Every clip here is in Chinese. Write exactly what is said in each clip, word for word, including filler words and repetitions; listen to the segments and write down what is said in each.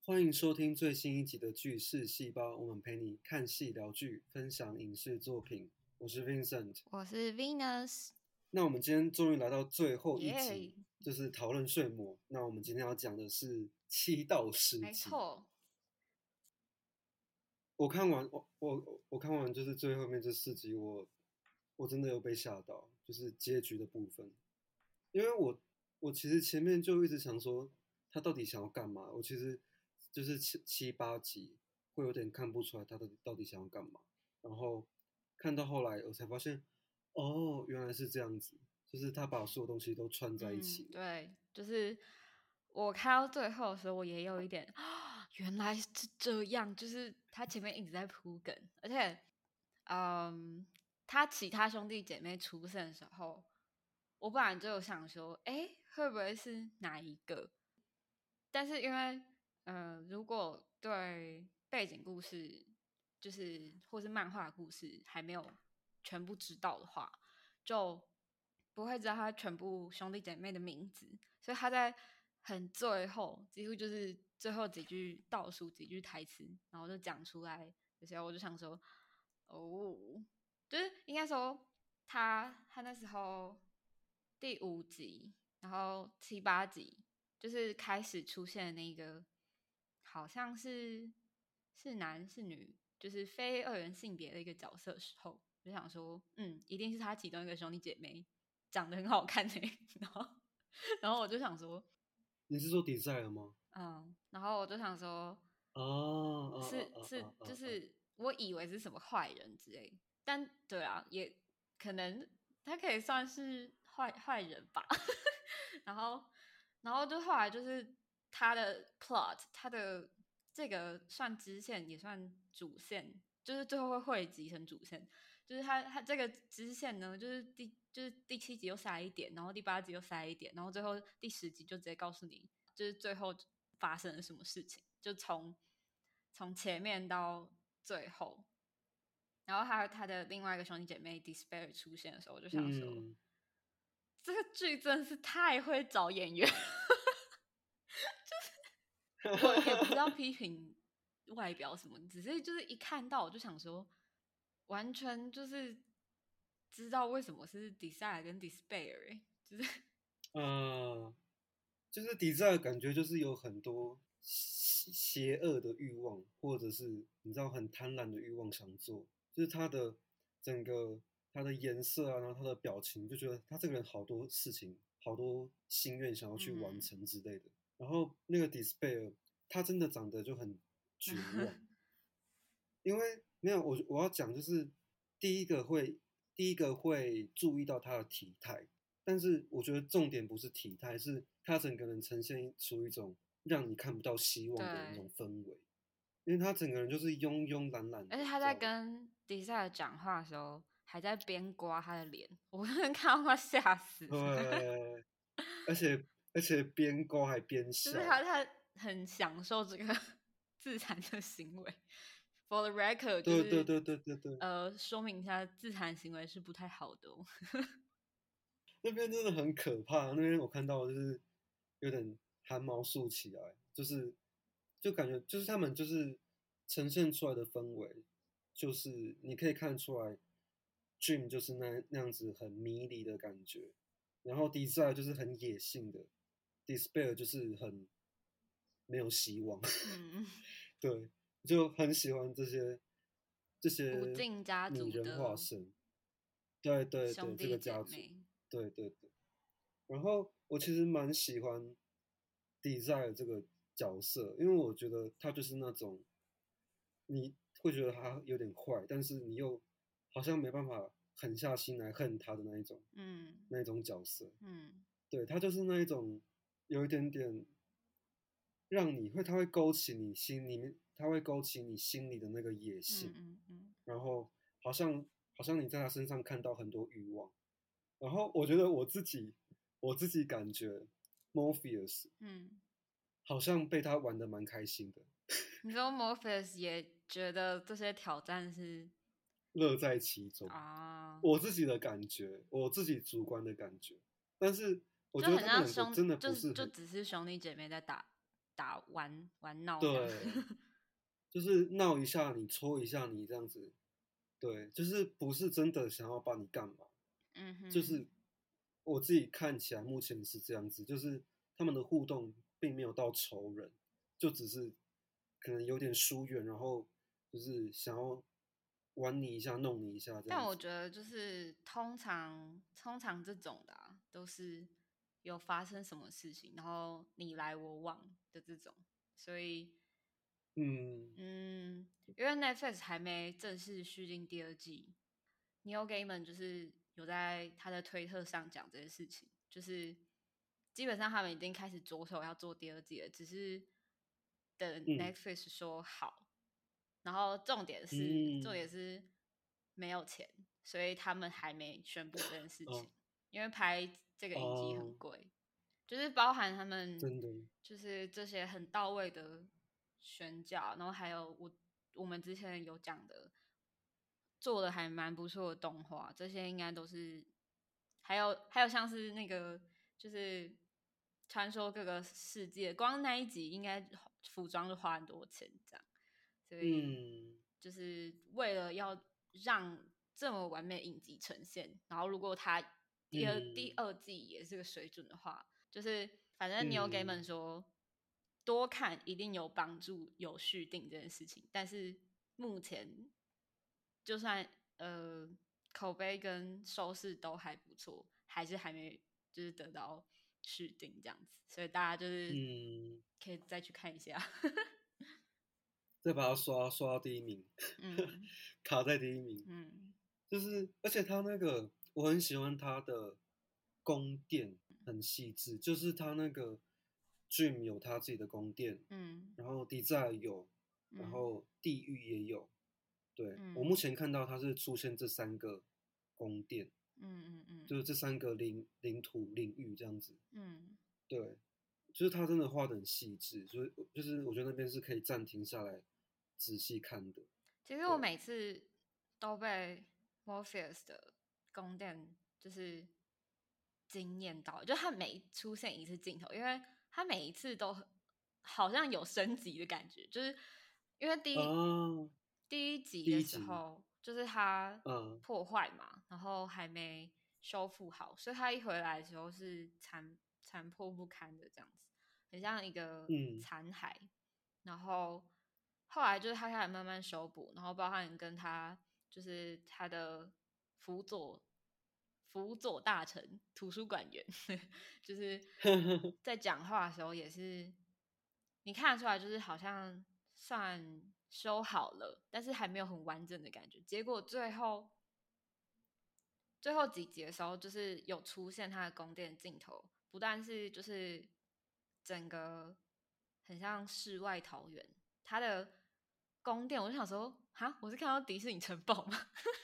欢迎收听最新一集的剧事细胞，我们陪你看戏聊剧，分享影视作品。我是 Vincent， 我是 Venus， 那我们今天终于来到最后一集， 耶、 就是讨论睡魔。那我们今天要讲的是七到十没集。 错， 我看完，我我我看完就是最后面这四集，我我真的有被吓到，就是结局的部分。因为我我其实前面就一直想说，他到底想要干嘛？我其实就是七七八集会有点看不出来他到底到底想要干嘛，然后看到后来我才发现，哦，原来是这样子，就是他把所有东西都串在一起嗯， 了。 对，就是我看到最后的时候，我也有一点啊，原来是这样，就是他前面一直在铺梗，而且，嗯，他其他兄弟姐妹出现的时候，我本来就有想说，哎，会不会是哪一个？但是因为，呃，如果对背景故事，就是或是漫画故事还没有全部知道的话，就不会知道他全部兄弟姐妹的名字，所以他在很最后，几乎就是最后几句倒数几句台词，然后就讲出来的时候，我就想说，哦，就是应该说他他那时候第五集，然后七八集就是开始出现那个好像是是男是女，就是非二元性别的一个角色的时候，就想说，嗯，一定是他其中一个兄弟姐妹长得很好看诶、欸，然后然后我就想说， 你是说迪赛尔吗？ 嗯，然后我就想说， 啊啊啊啊是是，就啊啊！ 是我以为是什么坏人之类，但对啊，也可能他可以算是坏坏人吧。然后，然后就后来就是他的 plot，他的这个算支线也算主线，就是最后会汇集成主线。就是他他这个支线呢，就是第就是第七集又塞一点，然后第八集又塞一点，然后最后第十集就直接告诉你，就是最后发生了什么事情，就从从前面到最后。然后还有他的另外一个兄弟姐妹 Despair 出现的时候，我就想说， 嗯， 这个剧真是太会找演员。我也不是要批评外表什么，只是就是一看到我就想说，完全就是知道为什么是 Desire 跟 Despair，、欸、就是呃，就是迪赛尔感觉就是有很多邪邪恶的欲望，或者是你知道很贪婪的欲望想做，就是他的整个他的颜色啊，然后他的表情，就觉得他这个人好多事情，好多心愿想要去完嗯， 成之类的。然后那个 Despair，他真的长得就很绝望，因为没有我我要讲就是第一个会第一个会注意到他的体态，但是我觉得重点不是体态，是他整个人呈现出一种让你看不到希望的那对， 种氛围，因为他整个人就是慵慵懒懒的， 而且他在你知道吗？ 跟 Desire 讲话的时候，还在边刮他的脸，我真的看到他吓死。 对，而且而且边勾还边就是笑。 他他很享受这个自残的行为。For the record，就是对对对对对对， 呃，说明一下，自残行为是不太好的哦。 那边真的很可怕。那边我看到就是有点汗毛竖起来，就是就感觉就是他们就是呈现出来的氛围，就是你可以看出来，Dream 就是那那样子很迷离的感觉，然后 Desire 就是很野性的，Despair 就是很没有希望。 嗯， 对，就很喜欢这些这古些晋家拟人化族的身。对对对，这个兄弟姐家族， 妹， 对对对。然后我其实蛮喜欢 Desire 这个角色，因为我觉得他就是那种你会觉得他有点坏，但是你又好像没办法狠下心来恨他的那一种嗯那一种角色。 嗯对，他就是那一种有一点点让你会，他会勾起你心里面，他会勾起你心里的那个野嗯性， 嗯嗯然后好像好像你在他身上看到很多欲望。然后我觉得我自己我自己感觉 Morpheus 嗯， 好像被他玩的蛮开心的， 你说 Morpheus 也觉得这些挑战是乐在其中。 啊， 我自己的感觉，我自己主观的感觉，但是我就很觉得他们像兄， 两个真的就是不是很就只是兄弟姐妹在打打玩玩闹这样。 对，就是闹一下你，戳一下你这样子，对，就是不是真的想要把你干嘛， 嗯哼， 就是我自己看起来目前是这样子，就是他们的互动并没有到仇人，就只是可能有点疏远，然后就是想要玩你一下、弄你一下这样子。 但我觉得就是通常通常这种的、啊、都是有发生什么事情，然后你来我往的这种，所以嗯嗯，因为 Netflix 还没正式续订第二季，Neil Gaiman 就是有在他的推特上讲这件事情，就是基本上他们已经开始着手要做第二季了，只是等嗯 Netflix 说好，然后重点是重嗯， 点是没有钱，所以他们还没宣布这件事情， 哦因为拍这个影集很哦， 贵，就是包含他们真的， 就是这些很到位的宣教，然后还有我我们之前有讲的做的还蛮不错的动画，这些应该都是还有还有像是那个就是穿梭各个世界，光那一集应该服装就花很多钱这样，所以嗯就是为了要让这么完美影集呈现，然后如果它第二第嗯二季也是个水准的话，就是反正你有给们嗯说多看一定有帮助，有续订这件事情，但是目前就算呃口碑跟收视都还不错，还是还没就是得到续订这样子，所以大家就是嗯， 可以再去看一下。 再把它刷刷到第一名， 嗯卡在第一名。 嗯就是而且他那个我很喜欢他的宫殿，很细致，就是他那个 Dream 有他自己的宫殿， 嗯然后 Desire 有，然嗯后地狱也有。对，我目嗯前看到它是出现这三个宫殿， 嗯嗯嗯就是这三个领领土领域这样子。 嗯， 对，就是他真的画的很细致，就是就是我觉得那边是可以暂停下来仔细看的。 其实我对啊， 每次都被 Morpheus 的宫殿就是惊艳到，就他每出现一次镜头，因为他每一次都很好像有升级的感觉，就是因为第一啊， 第一集的第一集， 时候，就是他嗯破坏嘛，然后还没修复好，所以他一回来的时候是残残破不堪的这样子，很像一个嗯残骸。然后后来就是他开始慢慢修补，然后包含跟他就是他的辅佐辅佐大臣图书馆员，就是在讲话的时候也是你看得出来，就是好像算修好了，但是还没有很完整的感觉。结果最后最后几集的时候，就是有出现他的宫殿镜头，不但是就是整个很像世外桃源，他的宫殿，我就想说，哈，我是看到迪士尼城堡吗？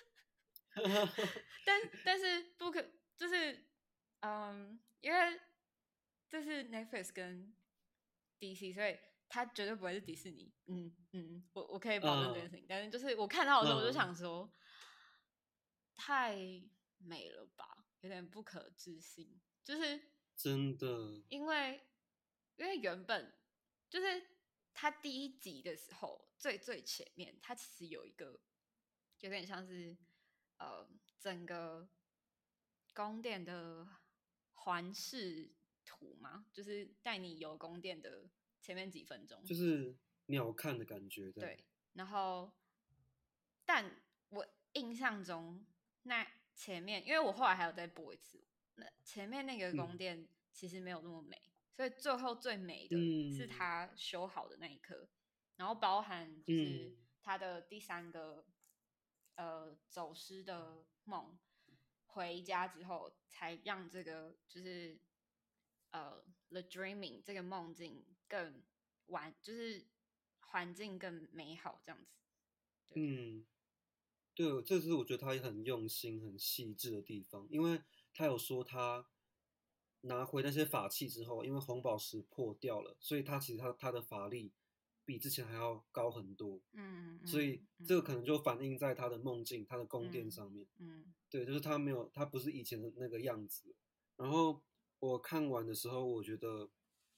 但但是不可，就是嗯，因为这是 Netflix 跟 D C，所以它绝对不会是迪士尼。嗯嗯，我我可以保证这件嗯事情。但是就是我看到的时候，我就嗯， 想说，太美了吧，有点不可置信。就是真的， 因为因为原本就是他第一集的时候最最前面，他其实有一个有点像是呃整个宫殿的环视图嘛，就是带你游宫殿的前面几分钟， 就是鸟看的感觉这样。 对，然后但我印象中那前面，因为我后来还有再播一次，那前面那个宫嗯殿其实没有那么美，所以最后最美的是嗯他修好的那一刻，然后包含就是嗯他的第三个呃走失的梦，回家之后才让这个就是呃 The Dreaming 这个梦境更完，就是环境更美好这样子。对， 嗯，对，这是我觉得他也很用心、很细致的地方，因为他有说他拿回那些法器之后，因为红宝石破掉了，所以他其实他他的法力比之前还要高很多， 嗯所以嗯嗯这个可能就反映在他的梦境、他的宫殿嗯上面。 嗯对，就是他没有，他不是以前的那个样子。然后我看完的时候，我觉得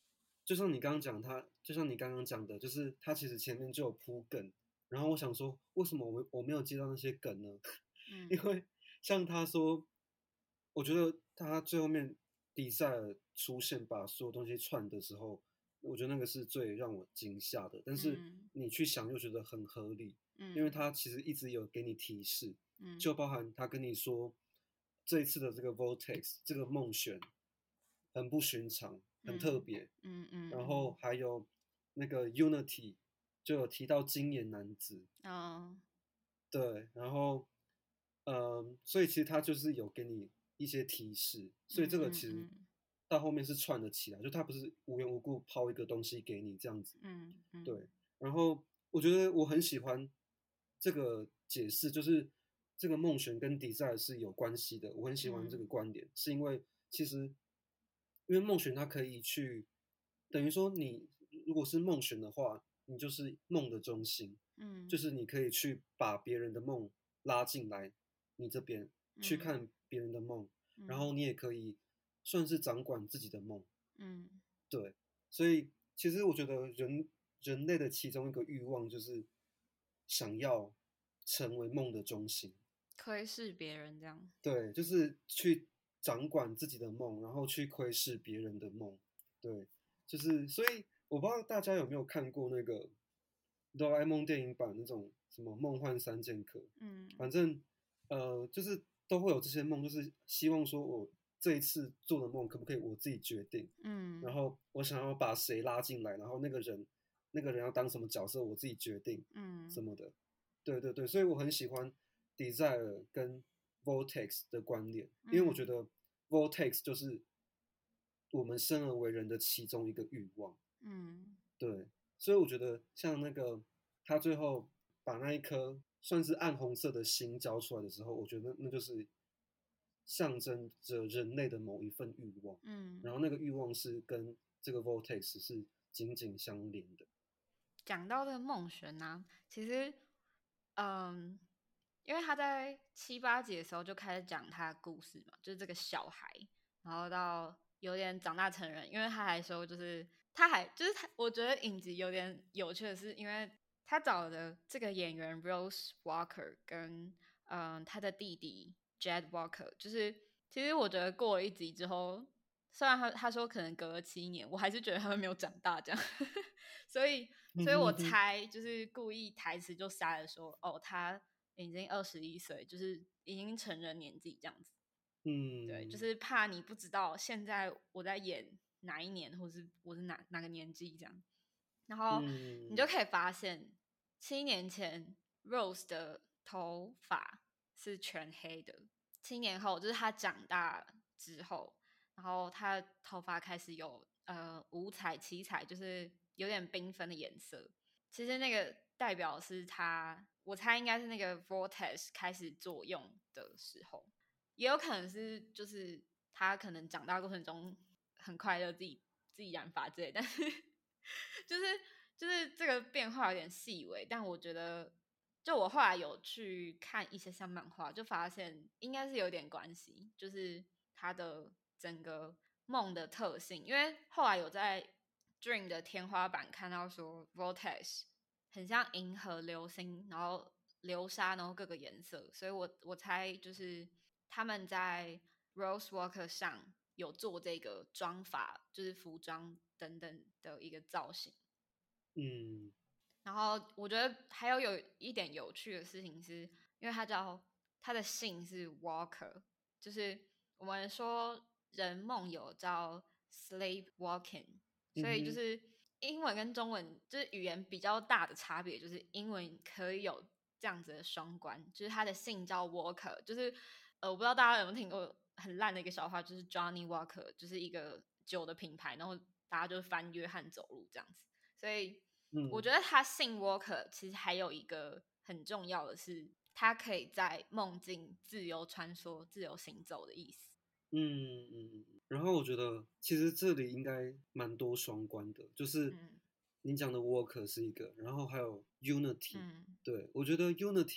就像你刚刚讲他，就像你刚刚讲的，就是他其实前面就有铺梗，然后我想说，为什么我我没有接到那些梗呢？因嗯为像他说，我觉得他最后面迪赛尔出现把所有东西串的时候，我觉得那个是最让我惊吓的。但是嗯你去想又觉得很合理，因为嗯他其实一直有给你提示， 嗯就包含他跟你说这一次的这个 Vortex 这个梦眩很不寻常，很特嗯别。 嗯嗯然后嗯， 还有那个 Unity 就有提到金眼男子， 哦， 对，然后嗯，所以其实他就是有给你一些提示，所以嗯这个其实嗯嗯到后面是串得起来，就他不是无缘无故抛一个东西给你这样子， 嗯嗯对。然后我觉得我很喜欢这个解释，就是这个梦眩跟迪赛尔是有关系的，我很喜欢这个嗯观点，是因为其实因为梦眩它可以去等于说你如果是梦眩的话，你就是梦的中心，就嗯是你可以去把别人的梦拉进来你这边去嗯看别人的梦，然后嗯你也可以算是掌管自己的梦。 嗯， 对，所以其实我觉得人人类的其中一个欲望就是想要成为梦的中心。 窥视别人这样。 对，就是去掌管自己的梦，然后去窥视别人的梦。对，就是所以我不知道大家有没有看过那个哆啦 A 梦电影版那种什么梦幻三剑客， 嗯反正呃就是都会有这些梦，就是希望说我这一次做的梦可不可以我自己决定，然嗯后我想要把谁拉进来，然后那个人那个人要当什么角色我自己决定什嗯么的。对对对，所以我很喜欢 Desire 跟 Vortex 的观念，因为我觉嗯得 Vortex 就是我们生而为人的其中一个欲望。 嗯对，所以我觉得像那个他最后把那一颗算是暗红色的心交出来的时候，我觉得那就是象征着人类的某一份欲望，然嗯， 后那个欲望是跟这个 Vortex 是紧紧相连的。 讲到这个梦眩呢，其实，嗯，因为他在七八集的时候就开始讲他的故事嘛，就是这个小孩，然后到有点长大成人，因为他还说，就是他还就是他，我觉得影集有点有趣的是，因为他找的这个演员 Rose Walker 跟嗯他的弟弟 Jed Walker，就是其实我觉得过了一集之后，虽然他他说可能隔了七年，我还是觉得他们没有长大这样，所以所以我猜就是故意台词就塞了说，哦，他已经二十一岁，就是已经成人年纪这样子。对，就嗯是怕你不知道现在我在演哪一年，或是我是哪哪个年纪这样。然后你就嗯可以发现，七年前 Rose 的头发是全黑的，七年后就是她长大之后，然后她的头发开始有呃五彩、七彩，就是有点缤纷的颜色。其实那个代表是她，我猜应该是那个 Vortex 开始作用的时候，也有可能是就是她可能长大过程中很快乐，自己自己染发之类，但是就是就是这个变化有点细微，但我觉得，就我后来有去看一些像漫画，就发现应该是有点关系，就是它的整个梦的特性，因为后来有在 Dream 的天花板看到说 Vortex 很像银河流星，然后流沙，然后各个颜色，所以我我猜就是他们在 Rose Walker 上有做这个妆法，就是服装等等的一个造型。 嗯然后我觉得还有有一点有趣的事情是，因为他叫他的姓是 Walker，就是我们说人梦游叫 sleepwalking，所嗯哼以就是英文跟中文就是语言比较大的差别，就是英文可以有这样子的双关，就是他的姓叫 Walker，就是呃我不知道大家有没有听过很烂的一个笑话，就是 Johnny Walker，就是一个酒的品牌，然后大家就翻约翰走路这样子，所以。我嗯觉得他姓 Walker 其实还有一个很重要的是，他可以在梦境自由穿梭、自由行走的意思。 嗯嗯嗯，然后我觉得其实这里应该蛮多双关的，就是嗯你讲的 Walker 是一个，然后还有 Unity， 嗯对，我觉得 Unity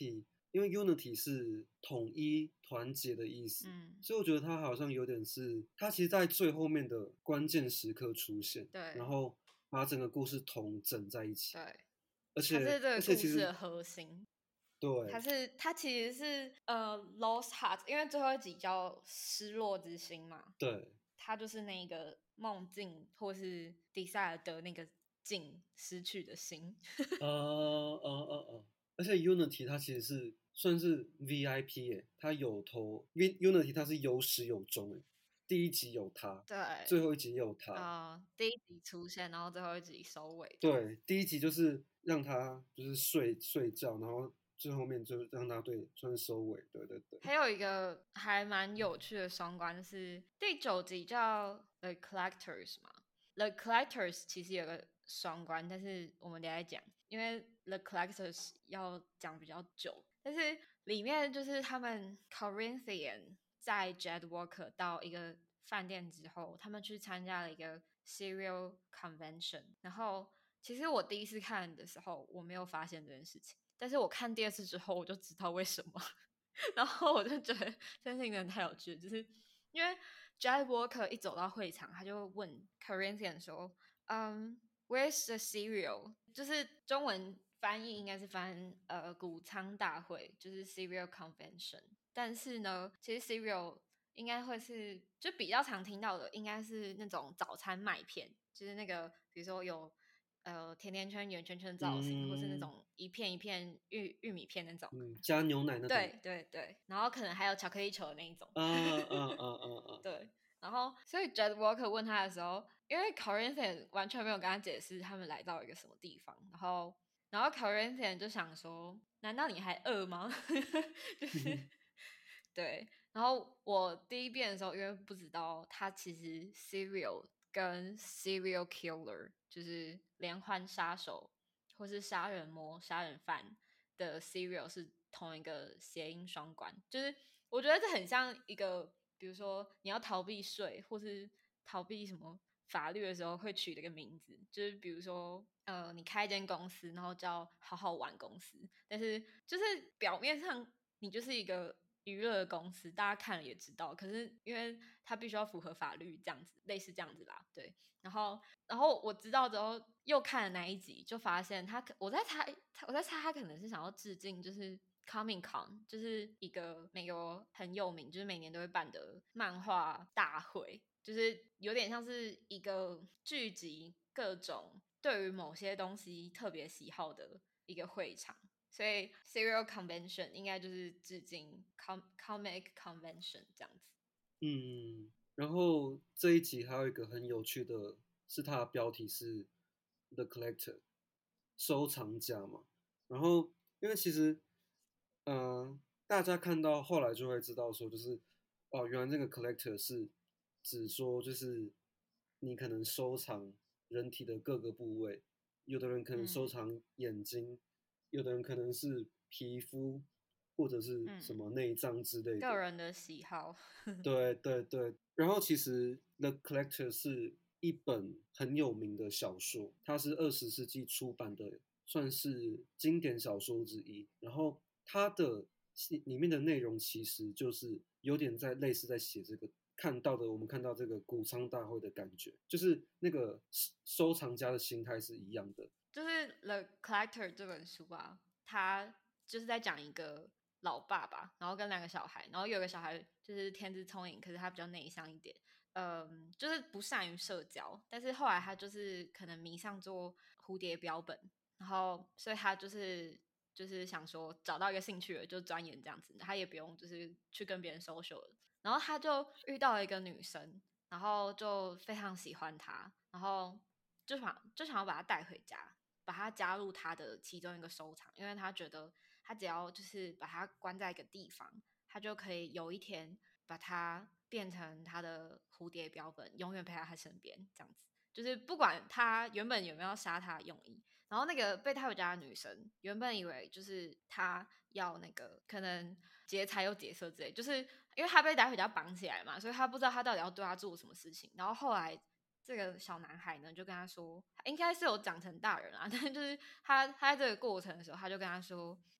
因为 unity 是统一、团结的意思， 嗯， 所以我觉得它好像有点是，它其实在最后面的关键时刻出现，然对后把整个故事统整在一起， 对， 而且它是这个而且其实故事的核心。它对是它其实是呃 lost heart，因为最后一集叫失落之心嘛， 对， 它就是那个梦境或是迪塞尔的那个境失去的心。 呃呃呃呃，而且 unity 它其实是算是 V I P 耶，它有头，V unity 它是有始有终诶，第一集有它，最对， 后一集也有它， 呃，第一集出现，然后最后一集收尾这样子。 对，第一集就是让他就是睡睡觉，然后最后面就让他对算是收尾，对对对， 还有一个还蛮有趣的双关是第九集叫 The Collectors 嘛，The Collectors 其实有个双关，但是我们等一下讲，因为 The Collectors 要讲比较久，但是里面就是他们 Corinthian 在 Jed Walker 到一个饭店之后，他们去参加了一个 Serial Convention，然后其实我第一次看的时候我没有发现这件事情，但是我看第二次之后我就知道为什么。然后我就觉得这件事情真的太有趣了，就是因为 Jad Walker 一走到会场，他就问 Corinthian 说：“嗯、um,，Where's the cereal？” 就是中文翻译应该是翻呃谷仓大会，就是 Cereal Convention。但是呢，其实 cereal 应该会是就比较常听到的，应该是那种早餐麦片，就是那个比如说有呃甜甜圈、圆圈圈造型，或是那嗯种一片一片玉玉米片那种。 嗯，加牛奶那种， 对对对，然后可能还有巧克力球的那一种。 啊啊啊啊啊， 对，然后所以 Jed Walker 问他的时候，因为 Corinthian 完全没有跟他解释他们来到一个什么地方，然后然后 Corinthian 就想说，难道你还饿吗？就是对，然后我第一遍的时候，因为不知道他其实 serial 跟 serial killer 就是连环杀手或是杀人魔、杀人犯的 serial 是同一个谐音双关，就是我觉得这很像一个，比如说你要逃避税或是逃避什么法律的时候会取的一个名字，就是比如说呃，你开一间公司，然后叫好好玩公司，但是就是表面上你就是一个娱乐公司，大家看了也知道，可是因为它必须要符合法律，这样子类似这样子啦，对。然后，然后我知道之后又看了那一集，就发现他可我在猜，我在猜他可能是想要致敬，就是 Comic Con，就是一个美国很有名，就是每年都会办的漫画大会，就是有点像是一个聚集各种对于某些东西特别喜好的一个会场。所以 Serial Convention 应该就是致敬 Com Comic Convention 这样子。 嗯，然后这一集还有一个很有趣的是，它的标题是 The Collector，收藏家嘛。然后因为其实，呃，大家看到后来就会知道说，就是哦，原来这个 Collector 是指说就是你可能收藏人体的各个部位，有的人可能收嗯藏眼睛，有的人可能是皮肤或者是什嗯， 么内脏之类的。 个人的喜好。 对对对，然后其实《The Collector》是一本很有名的小说，它是二十世纪出版的，算是经典小说之一。然后它的里面的内容其实就是有点在类似在写这个看到的，我们看到这个谷仓大会的感觉，就是那个收藏家的心态是一样的。 就是《The Collector》这本书啊，它就是在讲一个老爸爸，然后跟两个小孩，然后有个小孩就是天资聪颖，可是他比较内向一点，嗯，就是不善于社交，但是后来他就是可能迷上做蝴蝶标本，然后所以他就是就是想说找到一个兴趣了就钻研这样子，他也不用就是去跟别人 social 了，然后他就遇到了一个女生，然后就非常喜欢她，然后就想就想要把她带回家，把它加入他的其中一个收藏，因为他觉得他只要就是把它关在一个地方，他就可以有一天把它变成他的蝴蝶标本，永远陪在他身边，这样子。就是不管他原本有没有杀他的用意，然后那个被带回家的女生原本以为就是他要那个可能劫财又劫色之类，就是因为他被带回家绑起来嘛，所以他不知道他到底要对他做什么事情。然后后来这个小男孩呢，就跟他说，应该是有长成大人啊，但是就是他他在这个过程的时候，他就跟他说，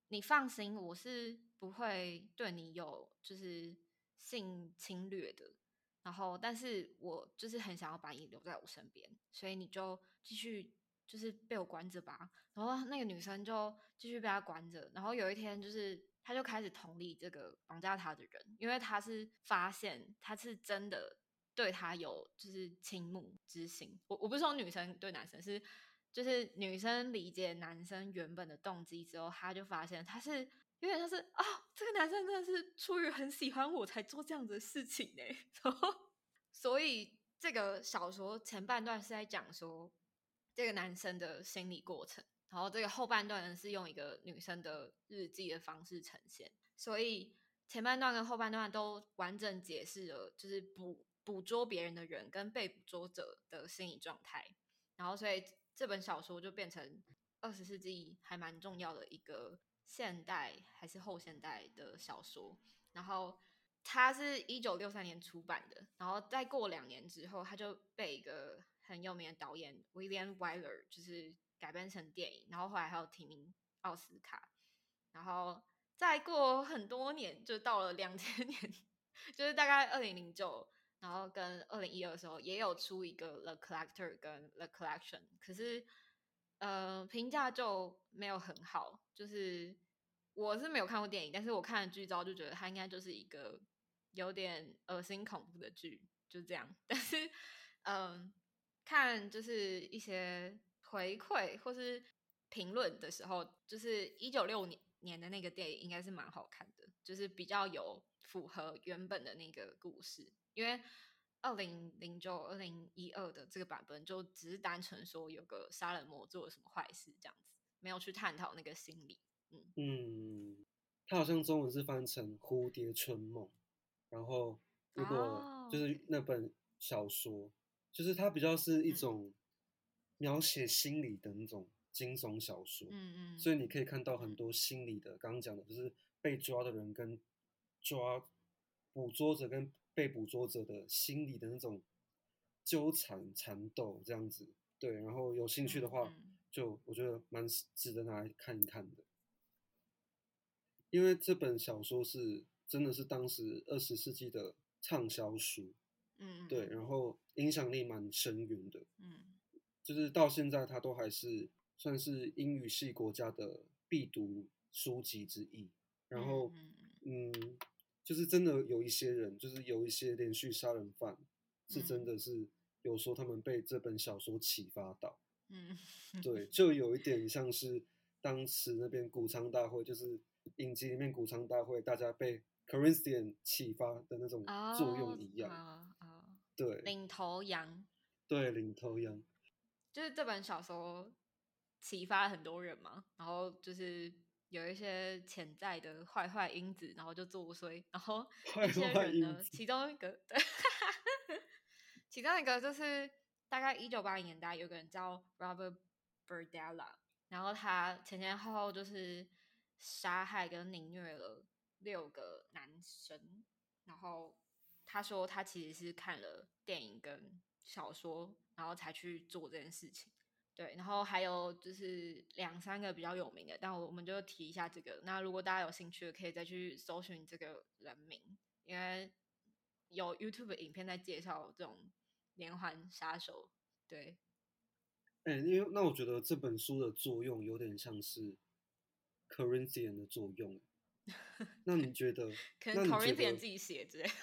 你放心，我是不会对你有就是性侵略的。然后，但是我就是很想要把你留在我身边，所以你就继续就是被我关着吧。然后那个女生就继续被他关着。然后有一天，就是他就开始同理这个绑架他的人，因为他是发现他是真的对他有就是倾慕之心。我我不是说女生对男生，是就是女生理解男生原本的动机之后，他就发现他是有点像是哦，这个男生真的是出于很喜欢我才做这样子的事情呢。然后，所以这个小说前半段是在讲说这个男生的心理过程，然后这个后半段呢是用一个女生的日记的方式呈现。所以前半段跟后半段都完整解释了，就是捕捕捉别人的人跟被捕捉者的心理状态。然后，所以这本小说就变成二十世纪还蛮重要的一个现代还是后现代的小说。然后它是一九六三年出版的，然后再过两年之后，它就被一个很有名的导演 William Wyler 就是改编成电影，然后后来还有提名奥斯卡。然后再过很多年，就到了两千年，就是大概二零零九。然后跟二零一二的时候也有出一个 The Collector 跟 The Collection， 可是呃评价就没有很好，就是我是没有看过电影，但是我看了剧照就觉得它应该就是一个有点恶心恐怖的剧，就这样。但是嗯、呃，看就是一些回馈或是评论的时候，就是一九六年的那个电影应该是蛮好看的，就是比较有符合原本的那个故事。因为二零零九、二零一二的这个版本就只是单纯说有个杀人魔做了什么坏事这样子，没有去探讨那个心理。嗯嗯，它好像中文是翻成《蝴蝶春梦》，然后如果哦就是 ，OK， 那本小说，就是它比较是一嗯种描写心理的那种惊悚小说， 嗯嗯所以你可以看到很嗯多心理的，刚刚讲的就是被抓的人跟抓捕捉者跟被捕捉者的心理的那种纠缠缠斗这样子。对，然后有兴趣的话， 嗯嗯就我觉得蛮值得拿来看一看的。因为这本小说是真的是当时二十世纪的畅销书，对， 嗯嗯然后影响力蛮深远的， 嗯就是到现在它都还是算是英语系国家的必读书籍之一。然后， 嗯嗯嗯嗯，就是真的有一些人，就是有一些连续杀人犯，是真嗯的是有说他们被这本小说启发到， 嗯对，就有一点像是当时那边谷仓大会，就是影集里面谷仓大会，大家被 Corinthian 启发的那种作用哦一样。 啊啊， 对领头羊对，领头羊。 就是这本小说启发了很多人嘛，然后就是有一些潜在的坏坏因子，然后就作祟，然后坏那些人呢， 坏因子。 其中一个对，其中一个就是大概一九八零年代有个人叫 Robert Berdella，然后他前前后后就是杀害跟凌虐了六个男生，然后他说他其实是看了电影跟小说，然后才去做这件事情。对，然后还有就是两三个比较有名的，但我们就提一下这个。那如果大家有兴趣的，可以再去搜寻这个人名，因为有 YouTube 影片在介绍这种连环杀手。对， 哎、因为那我觉得这本书的作用有点像是 Corinthian 的作用。那你觉得？ 可能那你觉 Corinthian 得自己写之类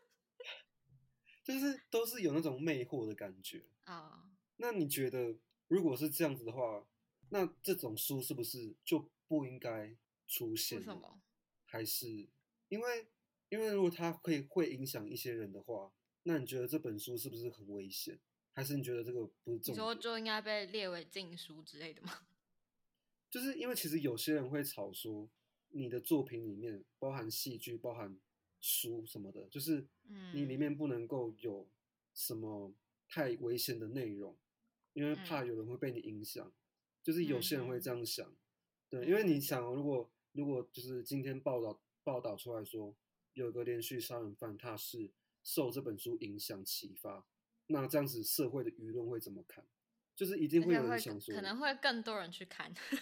就是都是有那种魅惑的感觉？ 啊、 那你觉得，如果是这样子的话，那这种书是不是就不应该出现呢？ 为什么？ 还是因为因为如果它会会影响一些人的话，那你觉得这本书是不是很危险？还是你觉得这个不是你重点？ 说就应该被列为禁书之类的吗？ 就是因为其实有些人会吵说，你的作品里面包含戏剧、包含书什么的，就是你里嗯面不能够有什么太危险的内容，因为怕嗯有人会被你影响。就是有些人会这嗯嗯样想，对，因为你嗯想哦，如果如果就是今天报道报道出来说，有个连续杀人犯他是受这本书影响启发，那这样子社会的舆论会怎么看？就是一定会有人而且会想说， 可能会更多人去看。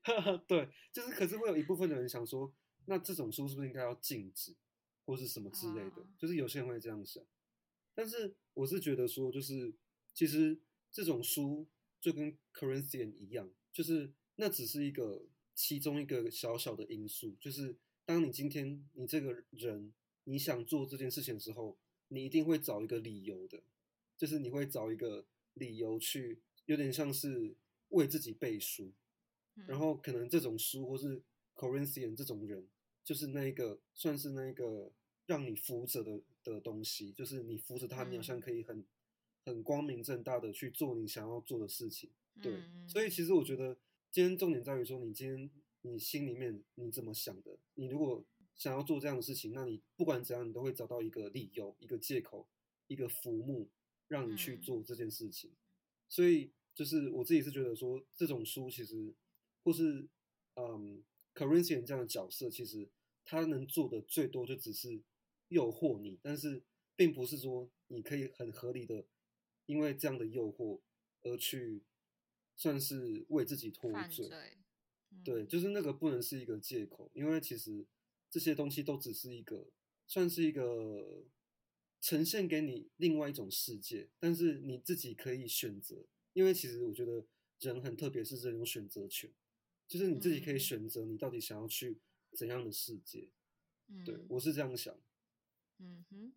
对，就是可是会有一部分的人想说，那这种书是不是应该要禁止，或是什么之类的？ 啊， 就是有些人会这样想。但是我是觉得说，就是其实这种书就跟 Corinthian 一样，就是那只是一个其中一个小小的因素，就是当你今天你这个人你想做这件事情的时候，你一定会找一个理由的，就是你会找一个理由去，有点像是为自己背书，然嗯后可能这种书或是 Corinthian 这种人，就是那一个算是那个让你扶着的的东西，就是你扶着他，你好像嗯可以很很光明正大的去做你想要做的事情。对，所以嗯其实我觉得今天重点在于说，你今天你心里面你怎么想的？你如果想要做这样的事情，那你不管怎样，你都会找到一个理由、一个借口、一个浮木，让你去嗯做这件事情。所以就是我自己是觉得说，这种书其实或是嗯 Corinthian 这样的角色，其实他能做的最多就只是诱惑你，但是并不是说你可以很合理的因为这样的诱惑而去算是为自己脱罪。 犯罪， 对， 嗯就是那个不能是一个借口，因为其实这些东西都只是一个，算是一个呈现给你另外一种世界，但是你自己可以选择，因为其实我觉得人很特别，是这种选择权，就是你自己可以嗯选择你到底想要去怎样的世界。对， 嗯我是这样想。 嗯哼。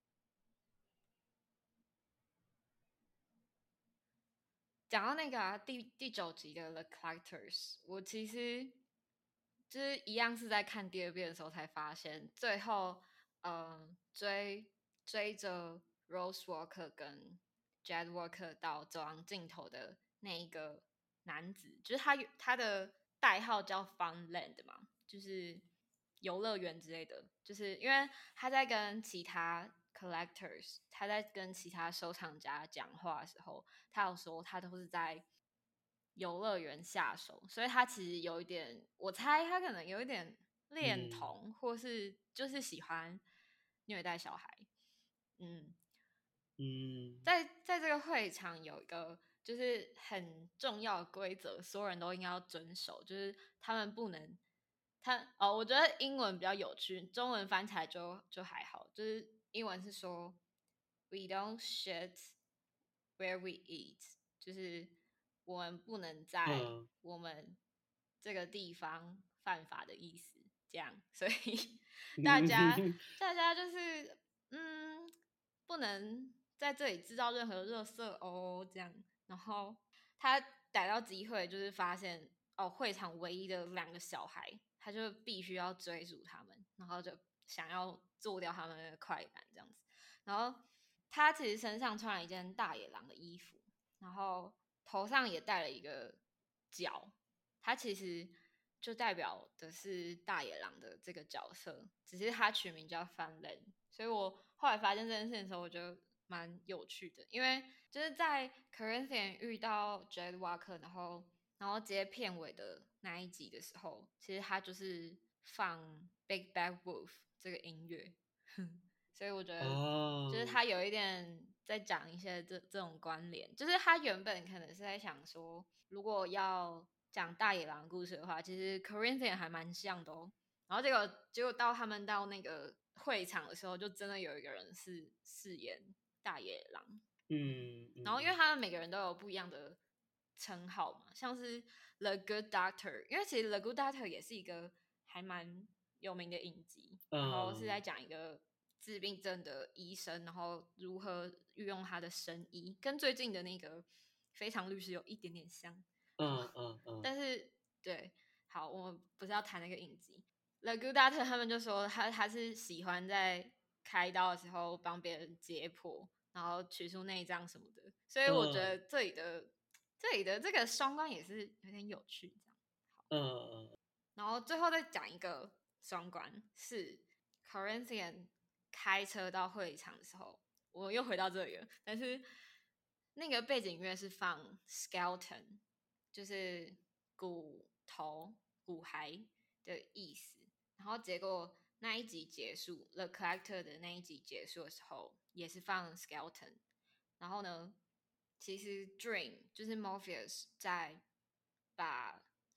讲到那个啊，第第九集的《The Collectors》，我其实就是一样是在看第二遍的时候才发现，最后嗯追追着 Rose Walker 跟 Jed Walker 到走廊尽头的那一个男子，就是他他的代号叫 Funland 嘛，就是游乐园之类的，就是因为他在跟其他 collectors，他在跟其他收藏家讲话的时候，他有说他都是在游乐园下手，所以他其实有一点，我猜他可能有一点恋嗯童，或是就是喜欢虐待小孩。嗯， 嗯在在这个会场有一个就是很重要的规则，所有人都应该要遵守，就是他们不能。他哦，我觉得英文比较有趣，中文翻起来就就还好。就是英文是说，We don't shit where we eat，就是我们不能在嗯我们这个地方犯法的意思。这样，所以大家嗯大家就是嗯，不能在这里制造任何垃圾哦，这样。然后他逮到机会，就是发现哦，会场唯一的两个小孩，他就必须要追逐他们，然后就想要做掉他们的快感这样子。然后他其实身上穿了一件大野狼的衣服，然后头上也戴了一个角，他其实就代表的是大野狼的这个角色，只是他取名叫番人。所以我后来发现这件事情的时候，我觉得蛮有趣的，因为就是在 Corinthian 遇到 Jed Walker，然后然后接片尾的那一集的时候，其实他就是放 Big Bad Wolf 这个音乐，所以我觉得就是啊他有一点在讲一些这这种关联，就是他原本可能是在想说，如果要讲大野狼故事的话，其实 Corinthian 还蛮像的哦。然后结果结果到他们到那个会场的时候，就真的有一个人是饰演大野狼，然后因为嗯嗯他们每个人都有不一样的称号嘛，像是 The Good Doctor，因为其实 The Good Doctor 也是一个还蛮有名的影集，然后是在嗯讲一个治病症的医生，然后如何运用他的神医，跟最近的那个非常律师有一点点像， 嗯嗯嗯但是对，好，我们不是要谈那个影集。The Good Doctor 他们就说他他是喜欢在开刀的时候帮别人解剖，然后取出内脏什么的，所以我觉得嗯这里的这里的这个双关也是有点有趣，这样。 嗯嗯然后最后再讲一个双关，是 Corinthian 开车到会场的时候，我又回到这里了，但是那个背景音乐是放 skeleton，就是骨头、骨骸的意思。然后结果那一集结束，The Collector 的那一集结束的时候，也是放 skeleton。然后呢，其实 Dream 就是 Morpheus 在把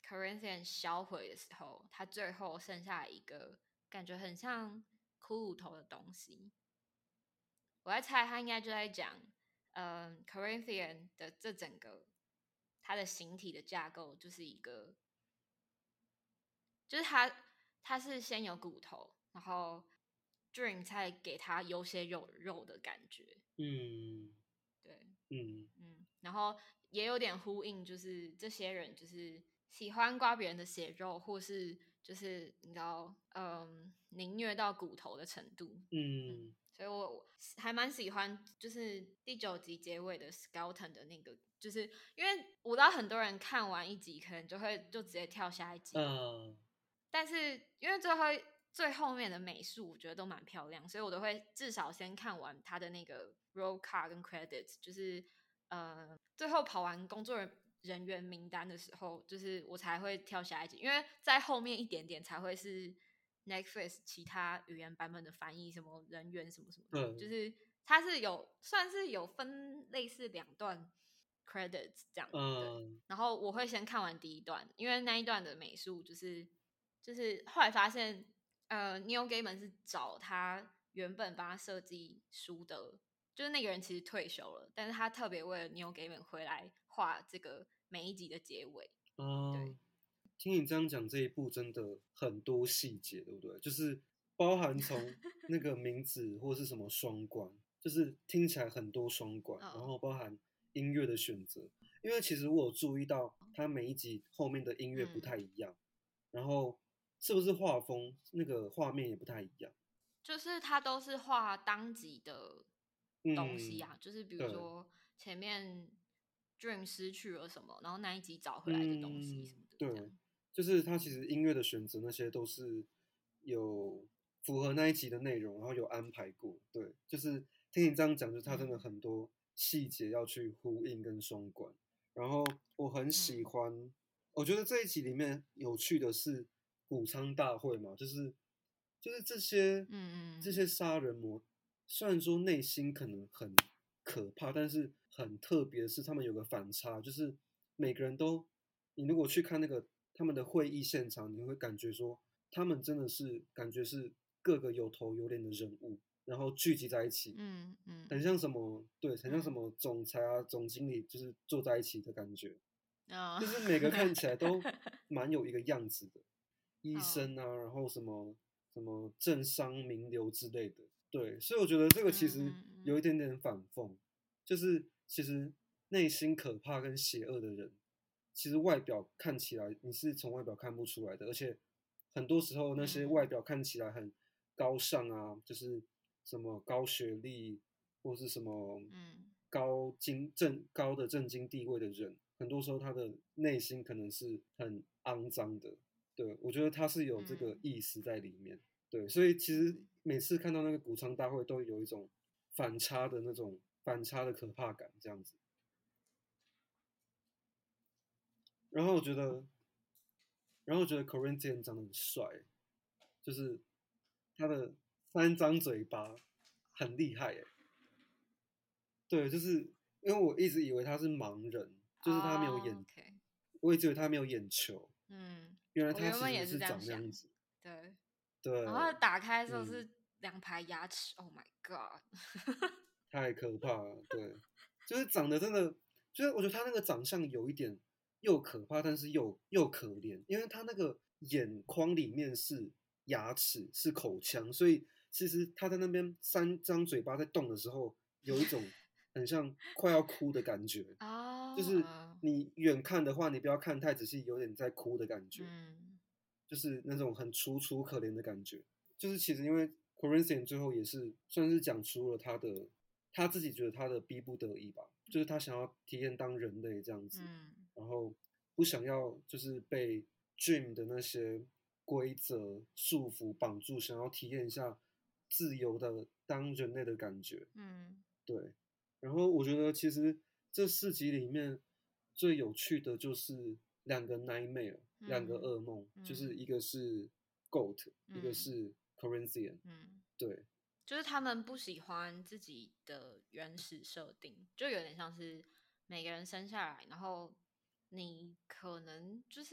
Corinthian 销毁的时候，他最后剩下一个感觉很像骷髅头的东西。我在猜他应该就在讲，嗯 ，Corinthian 的这整个它的形体的架构就是一个，就是它它是先有骨头，然后 Dream 才给他有些肉肉的感觉。 嗯， 对， 嗯嗯，然后也有点呼应，就是这些人就是喜欢刮别人的血肉，或是就是你知道，嗯，凌虐到骨头的程度。嗯， 嗯所以我我还蛮喜欢，就是第九集结尾的 Skelton 的那个，就是因为我知道很多人看完一集可能就会就直接跳下一集了， 啊但是因为最后最后面的美术我觉得都蛮漂亮，所以我都会至少先看完他的那个 roll card 跟 credits，就是呃最后跑完工作人员名单的时候，就是我才会跳下一集，因为在后面一点点才会是 Netflix 其他语言版本的翻译，什么人员什么什么的，就对， 是它是有算是有分类似两段 credits 这样，对。 嗯然后我会先看完第一段，因为那一段的美术就是就是后来发现，呃，Neil Gaiman 是找他原本帮他设计书的，就是那个人其实退休了，但是他特别为了 Neil Gaiman 回来画这个每一集的结尾。 啊， 对， 听你这样讲，这一部真的很多细节，对不对？就是包含从那个名字或是什么双关，就是听起来很多双关，然嗯后包含音乐的选择，因为其实我有注意到，它每一集后面的音乐不嗯， 太一样，然后是不是画风那个画面也不太一样？ 就是他都是画当集的东西嗯， 啊，就是比如对， 说前面 Dream 失去了什么，然后那一集找回来的东西什嗯， 么的，这对， 样。 就是它其实音乐的选择那些都是有符合那一集的内容，然后有安排过。对，就是听你这样讲，就是它真的嗯很多细节要去呼应跟双关。然后我很喜嗯欢，我觉得这一集里面有趣的是谷仓大会嘛，就是就是这些这嗯嗯些杀人魔，虽然说内心可能很可怕，但是很特别的是他们有个反差，就是每个人都，你如果去看那个他们的会议现场，你会感觉说他们真的是感觉是各个有头有脸的人物，然后聚集在一起， 嗯嗯很像什么，对，很像什嗯， 么总裁啊、总经理，就是坐在一起的感觉， 嗯， 就是每个看起来都蛮有一个样子的，医嗯生啊，然后什么什么政商名流之类的，对，所以我觉得这个其嗯实嗯嗯有一点点反讽，就是其实内心可怕跟邪恶的人，其实外表看起来你是从外表看不出来的，而且很多时候那些外嗯表看起来很高尚啊，就是什么高学历或是什么嗯高经正高的政经地位的人，很多时候他的内心可能是很肮脏的。对，我觉得他是有这个嗯意思在里面。对，所以其实嗯每次看到那个谷仓大会，都有一种反差的那种反差的可怕感，这样子。然后我觉得，然后我觉得 Corinthian 长得很帅，就是他的三张嘴巴很厉害耶。对，就是因为我一直以为他是盲人，就是他没有哦眼， ，OK， 我一直以为他没有眼球， 嗯， 原来我他其原本也是实是长那这样想， 样子。 对，然后对， 打开的时候嗯， 是两排牙齿，Oh my god， 太可怕了。对，就是长得真的，就是我觉得他那个长相有一点又可怕，但是又又可怜，因为他那个眼眶里面是牙齿，是口腔，所以其实他在那边三张嘴巴在动的时候，有一种很像快要哭的感觉。就是哦呃你远看的话，你不要看太仔细，有点在哭的感觉， 嗯就是那种很楚楚可怜的感觉。就是其实因为 Corinthian 最后也是算是讲出了他的他自己觉得他的逼不得已吧，就是他想要体验当人类这样子， 嗯然后不想要就是被 Dream 的那些规则束缚绑住，想要体验一下自由的当人类的感觉。 嗯对，然后我觉得其实这四集里面最有趣的就是两个 nightmare，两个嗯噩梦，就是一嗯个是 Goat，一个嗯是 Corinthian。 嗯。 对， 就是他们不喜欢自己的原始设定，就有点像是每个人生下来，然后你可能就是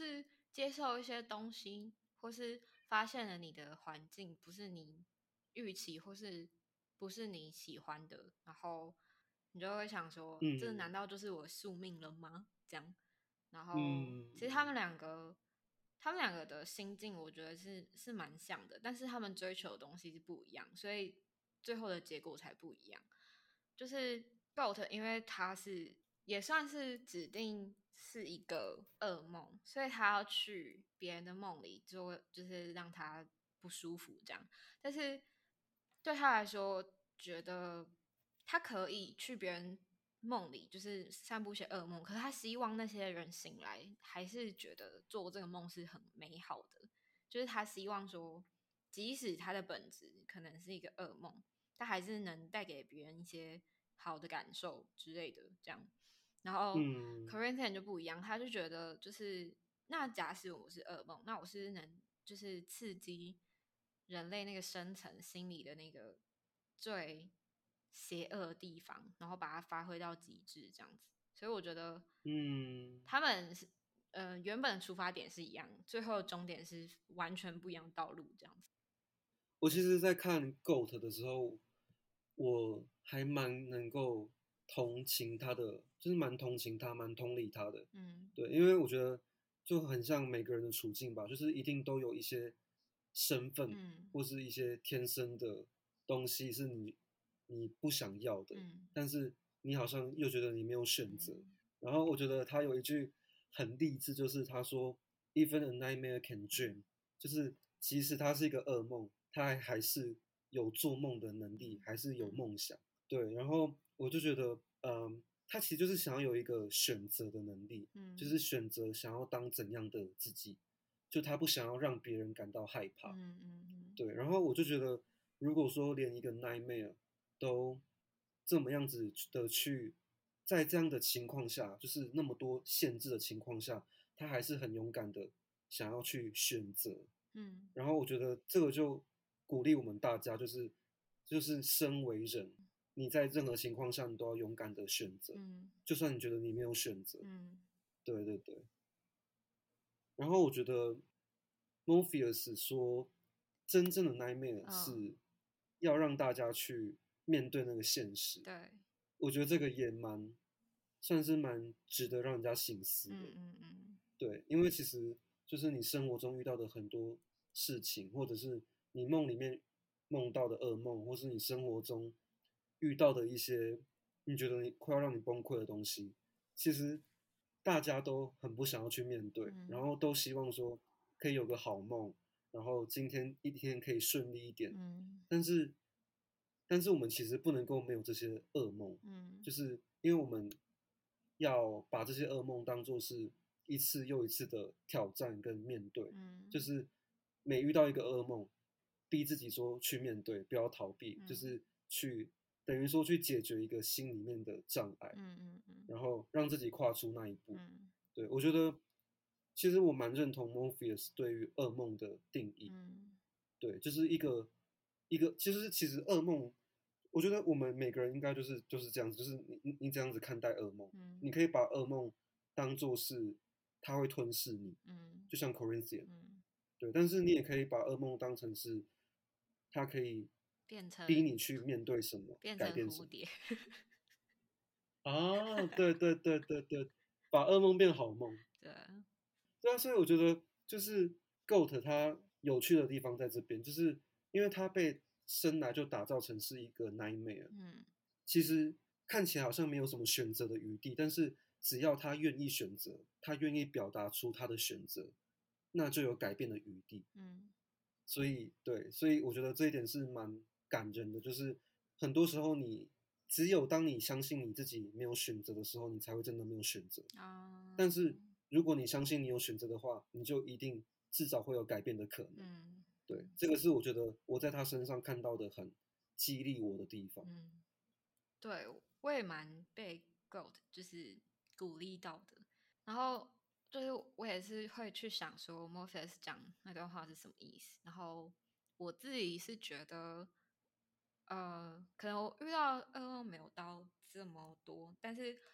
接受一些东西，或是发现了你的环境不是你预期或是不是你喜欢的，然后你就会想说，这难嗯道就是我宿命了吗？这样，然后其实他们嗯两个，他们两个的心境，我觉得是是蛮像的，但是他们追求的东西是不一样，所以最后的结果才不一样。就是 Goat，因为他是也算是指定是一个噩梦，所以他要去别人的梦里做，就是让他不舒服这样。但是对他来说，觉得他可以去别人梦里，就是散布一些噩梦，可是他希望那些人醒来，还是觉得做这个梦是很美好的。就是他希望说，即使他的本质可能是一个噩梦，他还是能带给别人一些好的感受之类的，这样。然后嗯 Corinthian 就不一样，他就觉得就是那假使我是噩梦，那我是能就是刺激人类那个深层心理的那个最邪恶的地方，然后把它发挥到极致，这样子。所以我觉得嗯， 他们是呃原本的出发点是一样，最后的终点是完全不一样的道路，这样子。 我其实，在看 Goat 的时候，我还蛮能够同情他的，就是蛮同情他，蛮同理他的。 嗯对，因为我觉得就很像每个人的处境吧，就是一定都有一些身份嗯或是一些天生的东西是你你不想要的， 嗯但是你好像又觉得你没有选择。 嗯然后我觉得他有一句很励志，就是他说 "Even a nightmare can dream"，就是即使他是一个噩梦，他还还是有做梦的能力，还是有嗯梦想。对，然后我就觉得，嗯，他其实就是想要有一个选择的能力，就嗯是选择想要当怎样的自己，就他不想要让别人感到害怕。 嗯嗯对，然后我就觉得，如果说连一个 nightmare 都这么样子的去，在这样的情况下，就是那么多限制的情况下，他还是很勇敢的想要去选择。 嗯然后我觉得这个就鼓励我们大家，就是就是身为人，你在任何情况下你都要勇敢的选择， 嗯就算你觉得你没有选择。 嗯对对对。然后我觉得 Morpheus 说，真正的 nightmare 嗯， 是要让大家去面对那个现实。 对， 我觉得这个也蛮算是蛮值得让人家醒思的。 嗯嗯嗯对，因为其实就是你生活中遇到的很多事情，或者是你梦里面梦到的噩梦，或是你生活中遇到的一些你觉得你快要让你崩溃的东西，其实大家都很不想要去面对，然嗯后都希望说可以有个好梦，然后今天一天可以顺利一点。 嗯但是，但是我们其实不能够没有这些噩梦， 嗯就是因为我们要把这些噩梦当做是一次又一次的挑战跟面对，就嗯是每遇到一个噩梦，逼自己说去面对，不要逃避，就嗯是去等于说去解决一个心里面的障碍， 嗯嗯嗯然后让自己跨出那一步。 嗯对，我觉得其实我蛮认同 Morpheus 对于噩梦的定义。 嗯对，就是一个一个，其实其实噩梦，我觉得我们每个人应该就是就是这样子，就是你你你这样子看待噩梦， 嗯你可以把噩梦当做是它会吞噬你， 嗯就像 Corinthian， 嗯， 对，但是你也可以把噩梦当成是它可以变成逼你去面对什么， 变改变什么。 成蝴蝶， 啊，对对对对对，把噩梦变好梦。 对， 对啊，所以我觉得就是 Goat 它有趣的地方在这边，就是因为它被生来就打造成是一个 nightmare， 嗯其实看起来好像没有什么选择的余地，但是只要他愿意选择，他愿意表达出他的选择，那就有改变的余地。 嗯所以对，所以我觉得这一点是蛮感人的，就是很多时候你只有当你相信你自己没有选择的时候，你才会真的没有选择。但啊是如果你相信你有选择的话，你就一定至少会有改变的可能。 嗯对，这个是我觉得我在他身上看到的很激励我的地方。 嗯，对，我也蛮被 Goat 就是鼓励到的。然后就是我也是会去想说 Morpheus 讲那段话是什么意思。然后我自己是觉得，呃，可能我遇到噩梦没有到这么多，但是